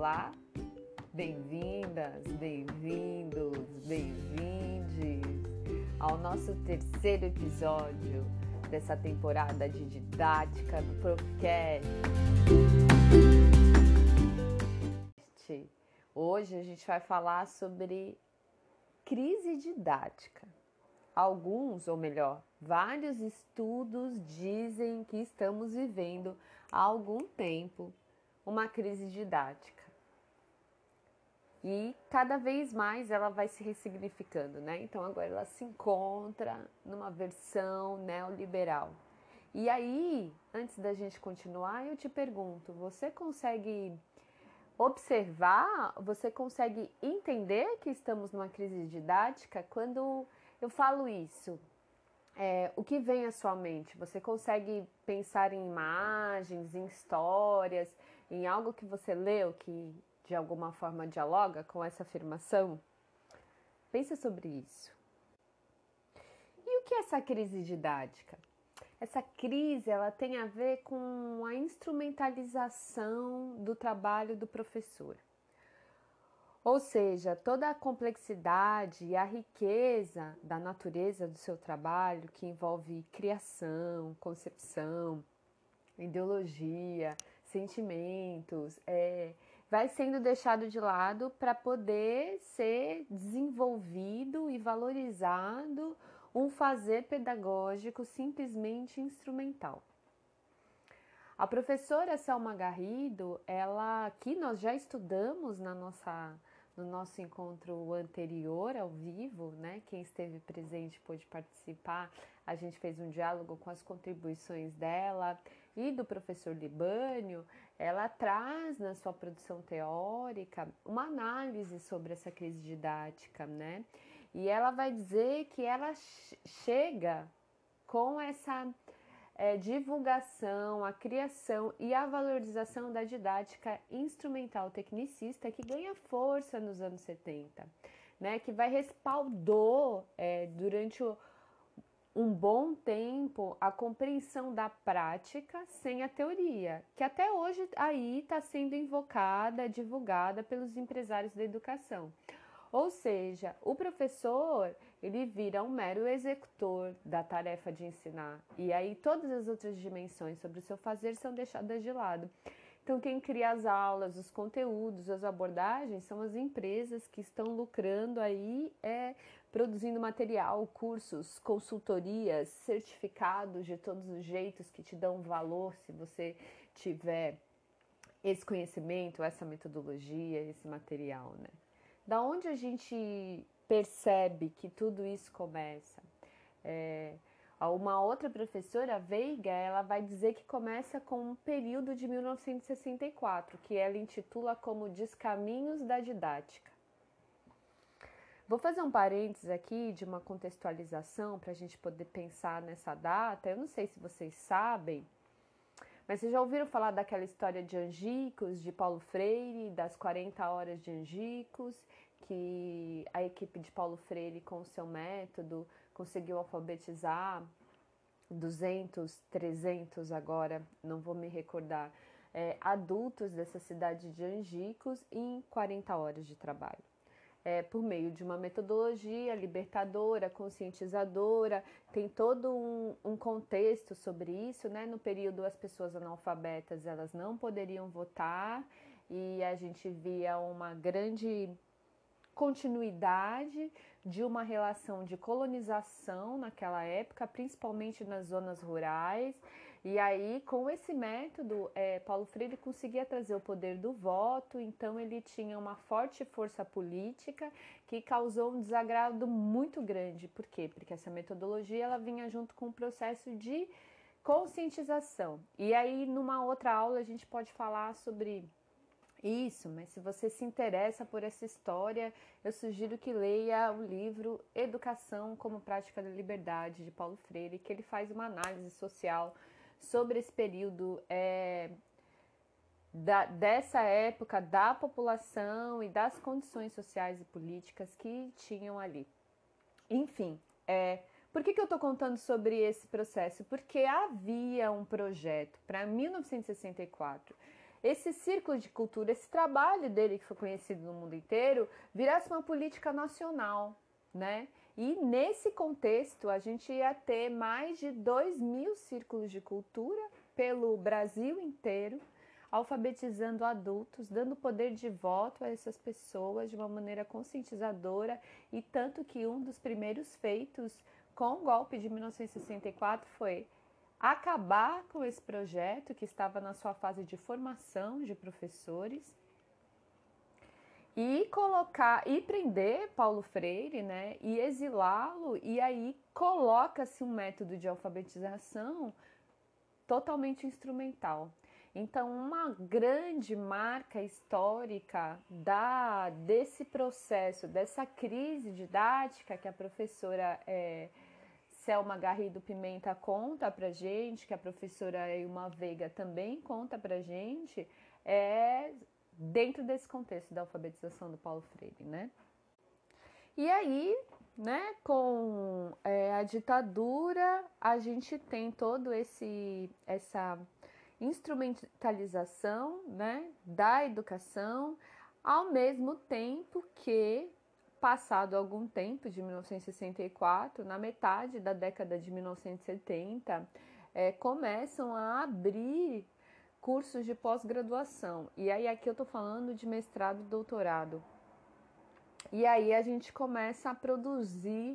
Olá, bem-vindas, bem-vindos, bem-vindes ao nosso terceiro episódio dessa temporada de didática do Profcast. Hoje a gente vai falar sobre crise didática. Alguns, ou melhor, vários estudos dizem que estamos vivendo há algum tempo uma crise didática. E cada vez mais ela vai se ressignificando, né? Então agora ela se encontra numa versão neoliberal. E aí, antes da gente continuar, eu te pergunto, você consegue observar, você consegue entender que estamos numa crise didática? Quando eu falo isso, o que vem à sua mente? Você consegue pensar em imagens, em histórias, em algo que você leu que de alguma forma dialoga com essa afirmação? Pensa sobre isso. E o que é essa crise didática? Essa crise, ela tem a ver com a instrumentalização do trabalho do professor. Ou seja, toda a complexidade e a riqueza da natureza do seu trabalho, que envolve criação, concepção, ideologia, sentimentos, vai sendo deixado de lado para poder ser desenvolvido e valorizado um fazer pedagógico simplesmente instrumental. A professora Selma Garrido, que nós já estudamos no nosso encontro anterior ao vivo, né? Quem esteve presente pôde participar. A gente fez um diálogo com as contribuições dela e do professor Libânio. Ela traz na sua produção teórica uma análise sobre essa crise didática, né? E ela vai dizer que ela chega com essa divulgação, a criação e a valorização da didática instrumental tecnicista que ganha força nos anos 70, né? Que respaldou durante um bom tempo a compreensão da prática sem a teoria, que até hoje aí está sendo invocada, divulgada pelos empresários da educação. Ou seja, o professor, ele vira um mero executor da tarefa de ensinar. E aí todas as outras dimensões sobre o seu fazer são deixadas de lado. Então quem cria as aulas, os conteúdos, as abordagens são as empresas que estão lucrando aí, produzindo material, cursos, consultorias, certificados de todos os jeitos que te dão valor se você tiver esse conhecimento, essa metodologia, esse material, né? Da onde a gente percebe que tudo isso começa? Uma outra professora, a Veiga, ela vai dizer que começa com um período de 1964, que ela intitula como Descaminhos da Didática. Vou fazer um parênteses aqui de uma contextualização para a gente poder pensar nessa data. Eu não sei se vocês sabem, mas vocês já ouviram falar daquela história de Angicos, de Paulo Freire, das 40 horas de Angicos, que a equipe de Paulo Freire, com o seu método, conseguiu alfabetizar 200, 300 agora, não vou me recordar, adultos dessa cidade de Angicos em 40 horas de trabalho. Por meio de uma metodologia libertadora, conscientizadora, tem todo um contexto sobre isso, né? No período, as pessoas analfabetas, elas não poderiam votar e a gente via uma grande continuidade de uma relação de colonização naquela época, principalmente nas zonas rurais. E aí, com esse método, Paulo Freire conseguia trazer o poder do voto, então ele tinha uma forte força política que causou um desagrado muito grande. Por quê? Porque essa metodologia ela vinha junto com um processo de conscientização. E aí, numa outra aula, a gente pode falar sobre isso, mas se você se interessa por essa história, eu sugiro que leia o livro Educação como Prática da Liberdade, de Paulo Freire, que ele faz uma análise social sobre esse período dessa época da população e das condições sociais e políticas que tinham ali. Enfim, por que eu estou contando sobre esse processo? Porque havia um projeto para 1964 esse círculo de cultura, esse trabalho dele que foi conhecido no mundo inteiro, virasse uma política nacional, né? E nesse contexto, a gente ia ter mais de 2.000 círculos de cultura pelo Brasil inteiro, alfabetizando adultos, dando poder de voto a essas pessoas de uma maneira conscientizadora, e tanto que um dos primeiros feitos com o golpe de 1964 foi acabar com esse projeto que estava na sua fase de formação de professores e colocar e prender Paulo Freire, né, e exilá-lo, e aí coloca-se um método de alfabetização totalmente instrumental. Então, uma grande marca histórica desse processo, dessa crise didática que a professora Selma Garrido Pimenta conta pra gente, que a professora Ilma Veiga também conta pra gente, dentro desse contexto da alfabetização do Paulo Freire, né? E aí, né, com a ditadura, a gente tem todo essa instrumentalização, né, da educação, ao mesmo tempo que, passado algum tempo, de 1964, na metade da década de 1970, começam a abrir cursos de pós-graduação. E aí aqui eu tô falando de mestrado e doutorado. E aí a gente começa a produzir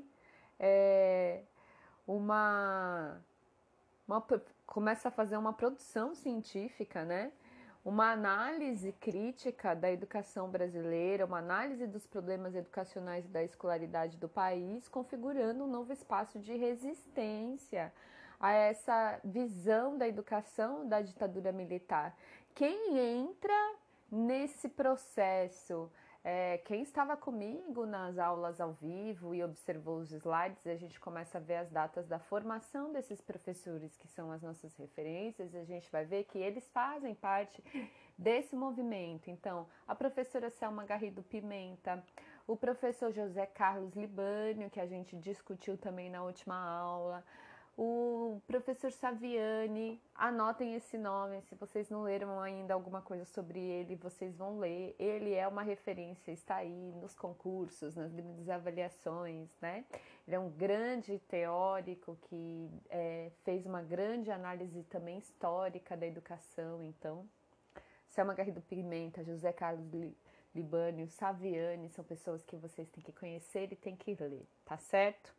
começa a fazer uma produção científica, né? Uma análise crítica da educação brasileira, uma análise dos problemas educacionais e da escolaridade do país, configurando um novo espaço de resistência a essa visão da educação da ditadura militar. Quem entra nesse processo? Quem estava comigo nas aulas ao vivo e observou os slides, a gente começa a ver as datas da formação desses professores, que são as nossas referências, e a gente vai ver que eles fazem parte desse movimento. Então, a professora Selma Garrido Pimenta, o professor José Carlos Libânio, que a gente discutiu também na última aula, o professor Saviani, anotem esse nome, se vocês não leram ainda alguma coisa sobre ele, vocês vão ler. Ele é uma referência, está aí nos concursos, nas grandes avaliações, né? Ele é um grande teórico que fez uma grande análise também histórica da educação. Então, Selma Garrido Pimenta, José Carlos Libânio, Saviani, são pessoas que vocês têm que conhecer e têm que ler, tá certo?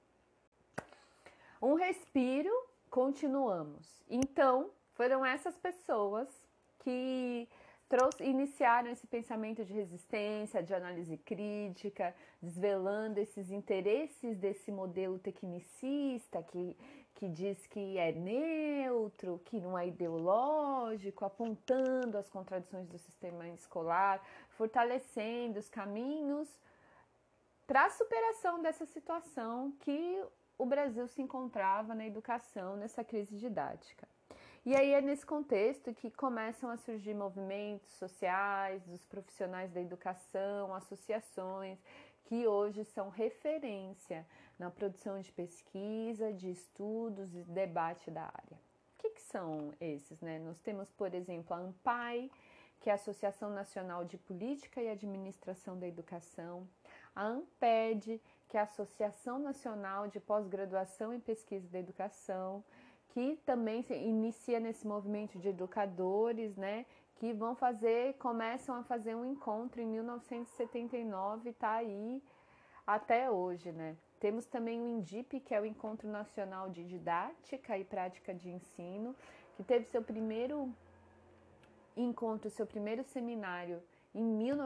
Um respiro, continuamos. Então, foram essas pessoas que iniciaram esse pensamento de resistência, de análise crítica, desvelando esses interesses desse modelo tecnicista que diz que é neutro, que não é ideológico, apontando as contradições do sistema escolar, fortalecendo os caminhos para a superação dessa situação que o Brasil se encontrava na educação, nessa crise didática. E aí é nesse contexto que começam a surgir movimentos sociais, dos profissionais da educação, associações, que hoje são referência na produção de pesquisa, de estudos e debate da área. O que são esses, né? Nós temos, por exemplo, a ANPAE, que é a Associação Nacional de Política e Administração da Educação, a ANPED, que é a Associação Nacional de Pós-Graduação em Pesquisa da Educação, que também se inicia nesse movimento de educadores, né, que começam a fazer um encontro em 1979 e está aí até hoje, né. Temos também o INDIP, que é o Encontro Nacional de Didática e Prática de Ensino, que teve seu primeiro encontro, seu primeiro seminário em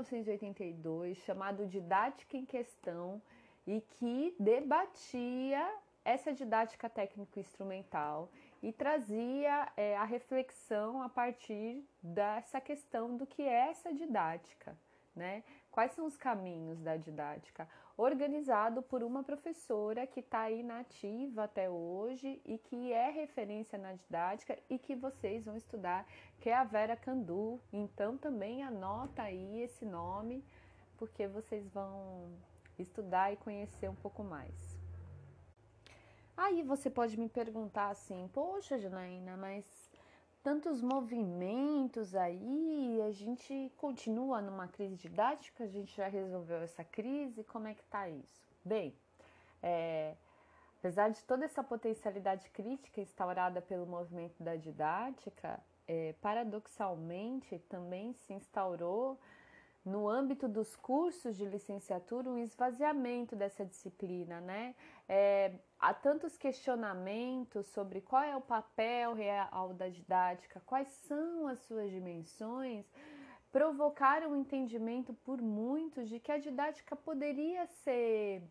1982, chamado Didática em Questão, e que debatia essa didática técnico-instrumental e trazia a reflexão a partir dessa questão do que é essa didática, né? Quais são os caminhos da didática? Organizado por uma professora que está aí na ativa até hoje e que é referência na didática e que vocês vão estudar, que é a Vera Candu. Então também anota aí esse nome, porque vocês vão estudar e conhecer um pouco mais. Aí você pode me perguntar assim, poxa, Janaína, mas tantos movimentos aí, a gente continua numa crise didática, a gente já resolveu essa crise, como é que tá isso? Bem, apesar de toda essa potencialidade crítica instaurada pelo movimento da didática, paradoxalmente também se instaurou no âmbito dos cursos de licenciatura o esvaziamento dessa disciplina, né? Há tantos questionamentos sobre qual é o papel real da didática, quais são as suas dimensões, provocaram o entendimento por muitos de que a didática poderia ser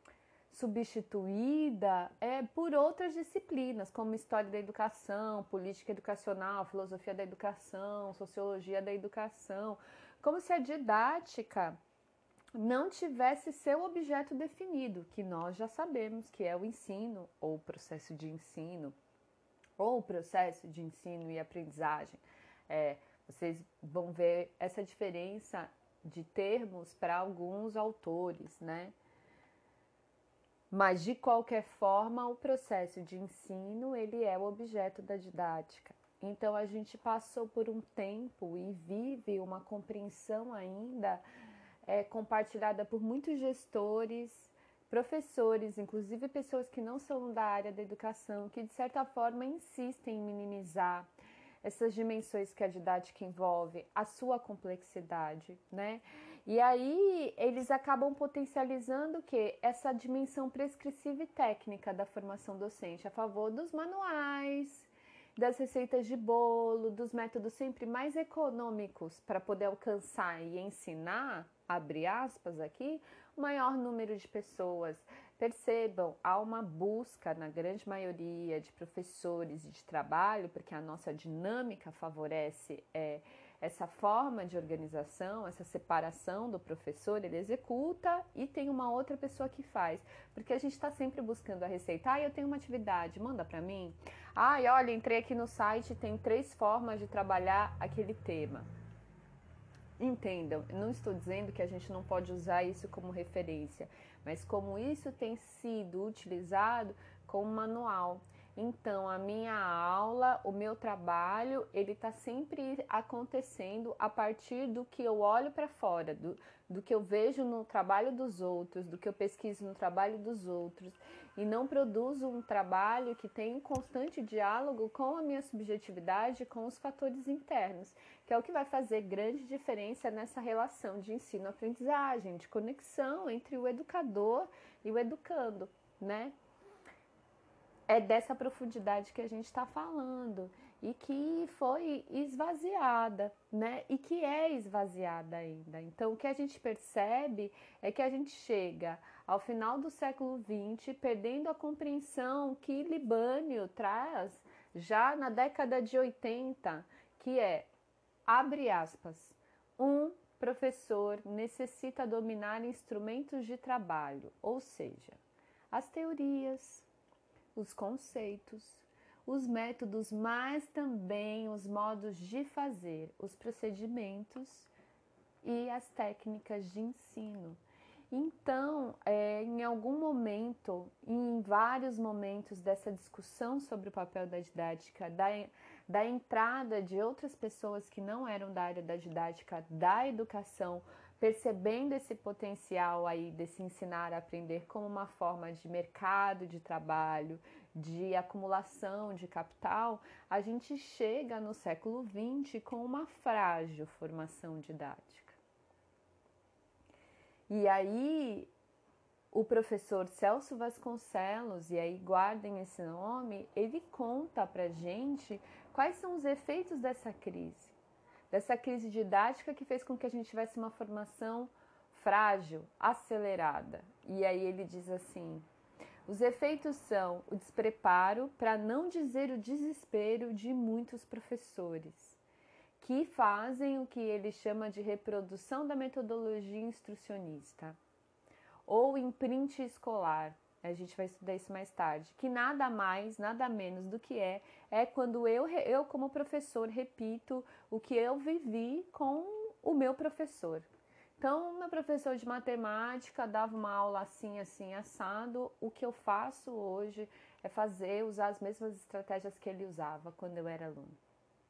substituída por outras disciplinas, como história da educação, política educacional, filosofia da educação, sociologia da educação, como se a didática não tivesse seu objeto definido, que nós já sabemos que é o ensino, ou o processo de ensino, ou o processo de ensino e aprendizagem. Vocês vão ver essa diferença de termos para alguns autores, né? Mas, de qualquer forma, o processo de ensino, ele é o objeto da didática. Então, a gente passou por um tempo e vive uma compreensão ainda compartilhada por muitos gestores, professores, inclusive pessoas que não são da área da educação, que, de certa forma, insistem em minimizar essas dimensões que a didática envolve, a sua complexidade, né? E aí eles acabam potencializando o quê? Essa dimensão prescritiva e técnica da formação docente a favor dos manuais, das receitas de bolo, dos métodos sempre mais econômicos para poder alcançar e ensinar, abre aspas aqui, o maior número de pessoas. Percebam, há uma busca na grande maioria de professores e de trabalho, porque a nossa dinâmica favorece essa forma de organização, essa separação do professor, ele executa e tem uma outra pessoa que faz, porque a gente está sempre buscando a receita. Eu tenho uma atividade, manda para mim. Olha, entrei aqui no site, tem 3 formas de trabalhar aquele tema. Entendam, eu não estou dizendo que a gente não pode usar isso como referência, mas como isso tem sido utilizado como manual. Então, a minha aula, o meu trabalho, ele está sempre acontecendo a partir do que eu olho para fora, do que eu vejo no trabalho dos outros, do que eu pesquiso no trabalho dos outros, e não produzo um trabalho que tem um constante diálogo com a minha subjetividade, com os fatores internos, que é o que vai fazer grande diferença nessa relação de ensino-aprendizagem, de conexão entre o educador e o educando, né? É dessa profundidade que a gente está falando e que foi esvaziada, né? E que é esvaziada ainda. Então, o que a gente percebe é que a gente chega ao final do século XX perdendo a compreensão que Libânio traz já na década de 80, que abre aspas, um professor necessita dominar instrumentos de trabalho, ou seja, as teorias, os conceitos, os métodos, mas também os modos de fazer, os procedimentos e as técnicas de ensino. Então, em algum momento, em vários momentos dessa discussão sobre o papel da didática, da entrada de outras pessoas que não eram da área da didática, da educação, percebendo esse potencial aí desse ensinar a aprender como uma forma de mercado de trabalho, de acumulação de capital, a gente chega no século XX com uma frágil formação didática. E aí, o professor Celso Vasconcelos, e aí guardem esse nome, ele conta pra gente quais são os efeitos dessa crise didática que fez com que a gente tivesse uma formação frágil, acelerada. E aí ele diz assim: os efeitos são o despreparo, para não dizer o desespero de muitos professores, que fazem o que ele chama de reprodução da metodologia instrucionista, ou imprint escolar. A gente vai estudar isso mais tarde, que nada mais, nada menos do que é quando eu como professor repito o que eu vivi com o meu professor. Então, meu professor de matemática dava uma aula assim, assim, assado. O que eu faço hoje é usar as mesmas estratégias que ele usava quando eu era aluno.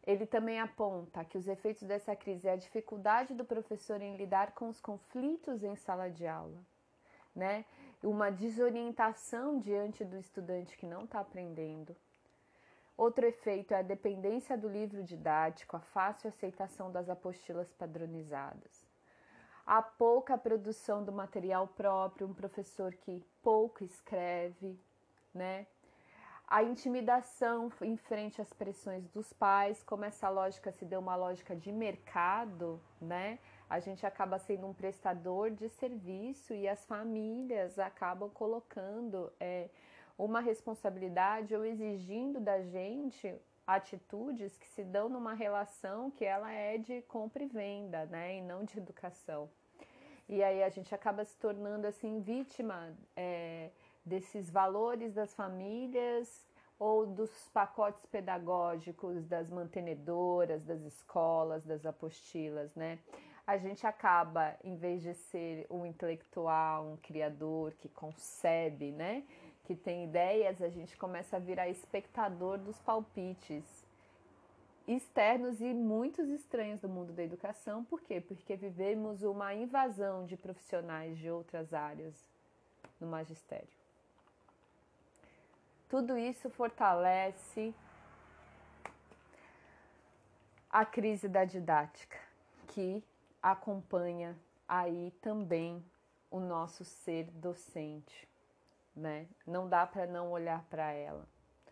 Ele também aponta que os efeitos dessa crise é a dificuldade do professor em lidar com os conflitos em sala de aula, né? Uma desorientação diante do estudante que não está aprendendo. Outro efeito é a dependência do livro didático, a fácil aceitação das apostilas padronizadas. A pouca produção do material próprio, um professor que pouco escreve, né? A intimidação em frente às pressões dos pais, como essa lógica se deu uma lógica de mercado, né? A gente acaba sendo um prestador de serviço e as famílias acabam colocando uma responsabilidade ou exigindo da gente atitudes que se dão numa relação que ela é de compra e venda, né? E não de educação. E aí a gente acaba se tornando assim vítima desses valores das famílias ou dos pacotes pedagógicos das mantenedoras, das escolas, das apostilas, né? A gente acaba, em vez de ser um intelectual, um criador que concebe, né? Que tem ideias, a gente começa a virar espectador dos palpites externos e muitos estranhos do mundo da educação. Por quê? Porque vivemos uma invasão de profissionais de outras áreas no magistério. Tudo isso fortalece a crise da didática, que acompanha aí também o nosso ser docente, né? Não dá para não olhar para ela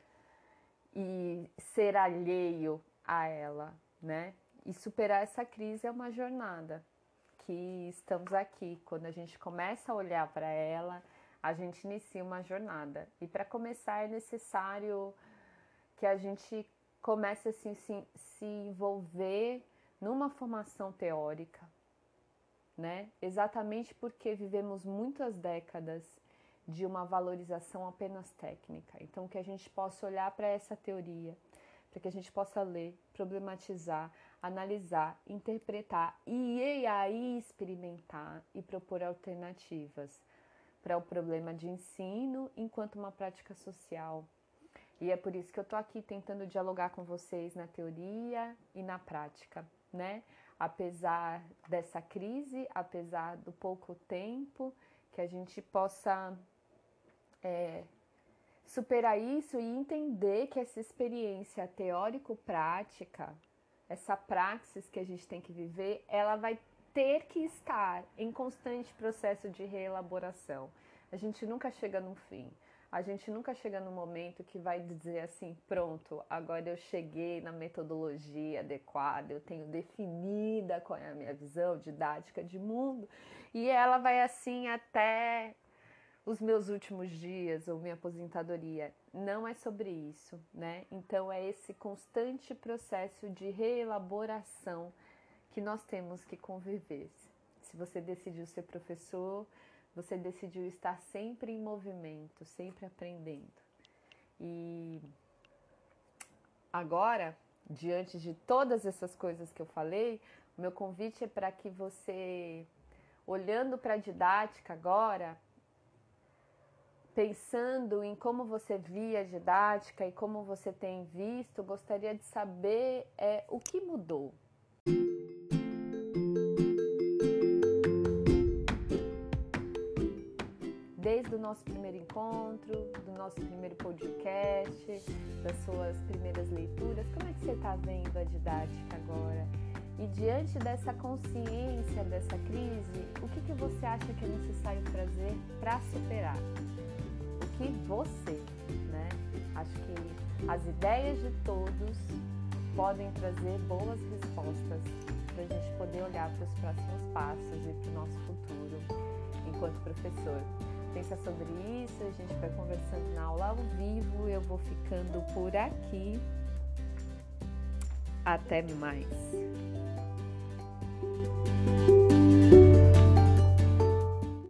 e ser alheio a ela, né? E superar essa crise é uma jornada que estamos aqui. Quando a gente começa a olhar para ela, a gente inicia uma jornada. E para começar é necessário que a gente comece assim, se envolver numa formação teórica, né? Exatamente porque vivemos muitas décadas de uma valorização apenas técnica. Então, que a gente possa olhar para essa teoria, para que a gente possa ler, problematizar, analisar, interpretar e aí experimentar e propor alternativas para o problema de ensino enquanto uma prática social. E é por isso que eu estou aqui tentando dialogar com vocês na teoria e na prática, né? Apesar dessa crise, apesar do pouco tempo, que a gente possa superar isso e entender que essa experiência teórico-prática, essa praxis que a gente tem que viver, ela vai ter que estar em constante processo de reelaboração. A gente nunca chega no fim. A gente nunca chega no momento que vai dizer assim, pronto, agora eu cheguei na metodologia adequada, eu tenho definida qual é a minha visão didática de mundo e ela vai assim até os meus últimos dias ou minha aposentadoria. Não é sobre isso, né? Então é esse constante processo de reelaboração que nós temos que conviver. Se você decidiu ser professor, você decidiu estar sempre em movimento, sempre aprendendo. E agora, diante de todas essas coisas que eu falei, o meu convite é para que você, olhando para a didática agora, pensando em como você via a didática e como você tem visto, gostaria de saber o que mudou. Desde o nosso primeiro encontro, do nosso primeiro podcast, das suas primeiras leituras, como é que você está vendo a didática agora? E diante dessa consciência, dessa crise, o que você acha que é necessário fazer para superar? O que você, né? Acho que as ideias de todos podem trazer boas respostas para a gente poder olhar para os próximos passos e para o nosso futuro enquanto professor. Pensa sobre isso, a gente vai conversando na aula ao vivo, eu vou ficando por aqui. Até mais!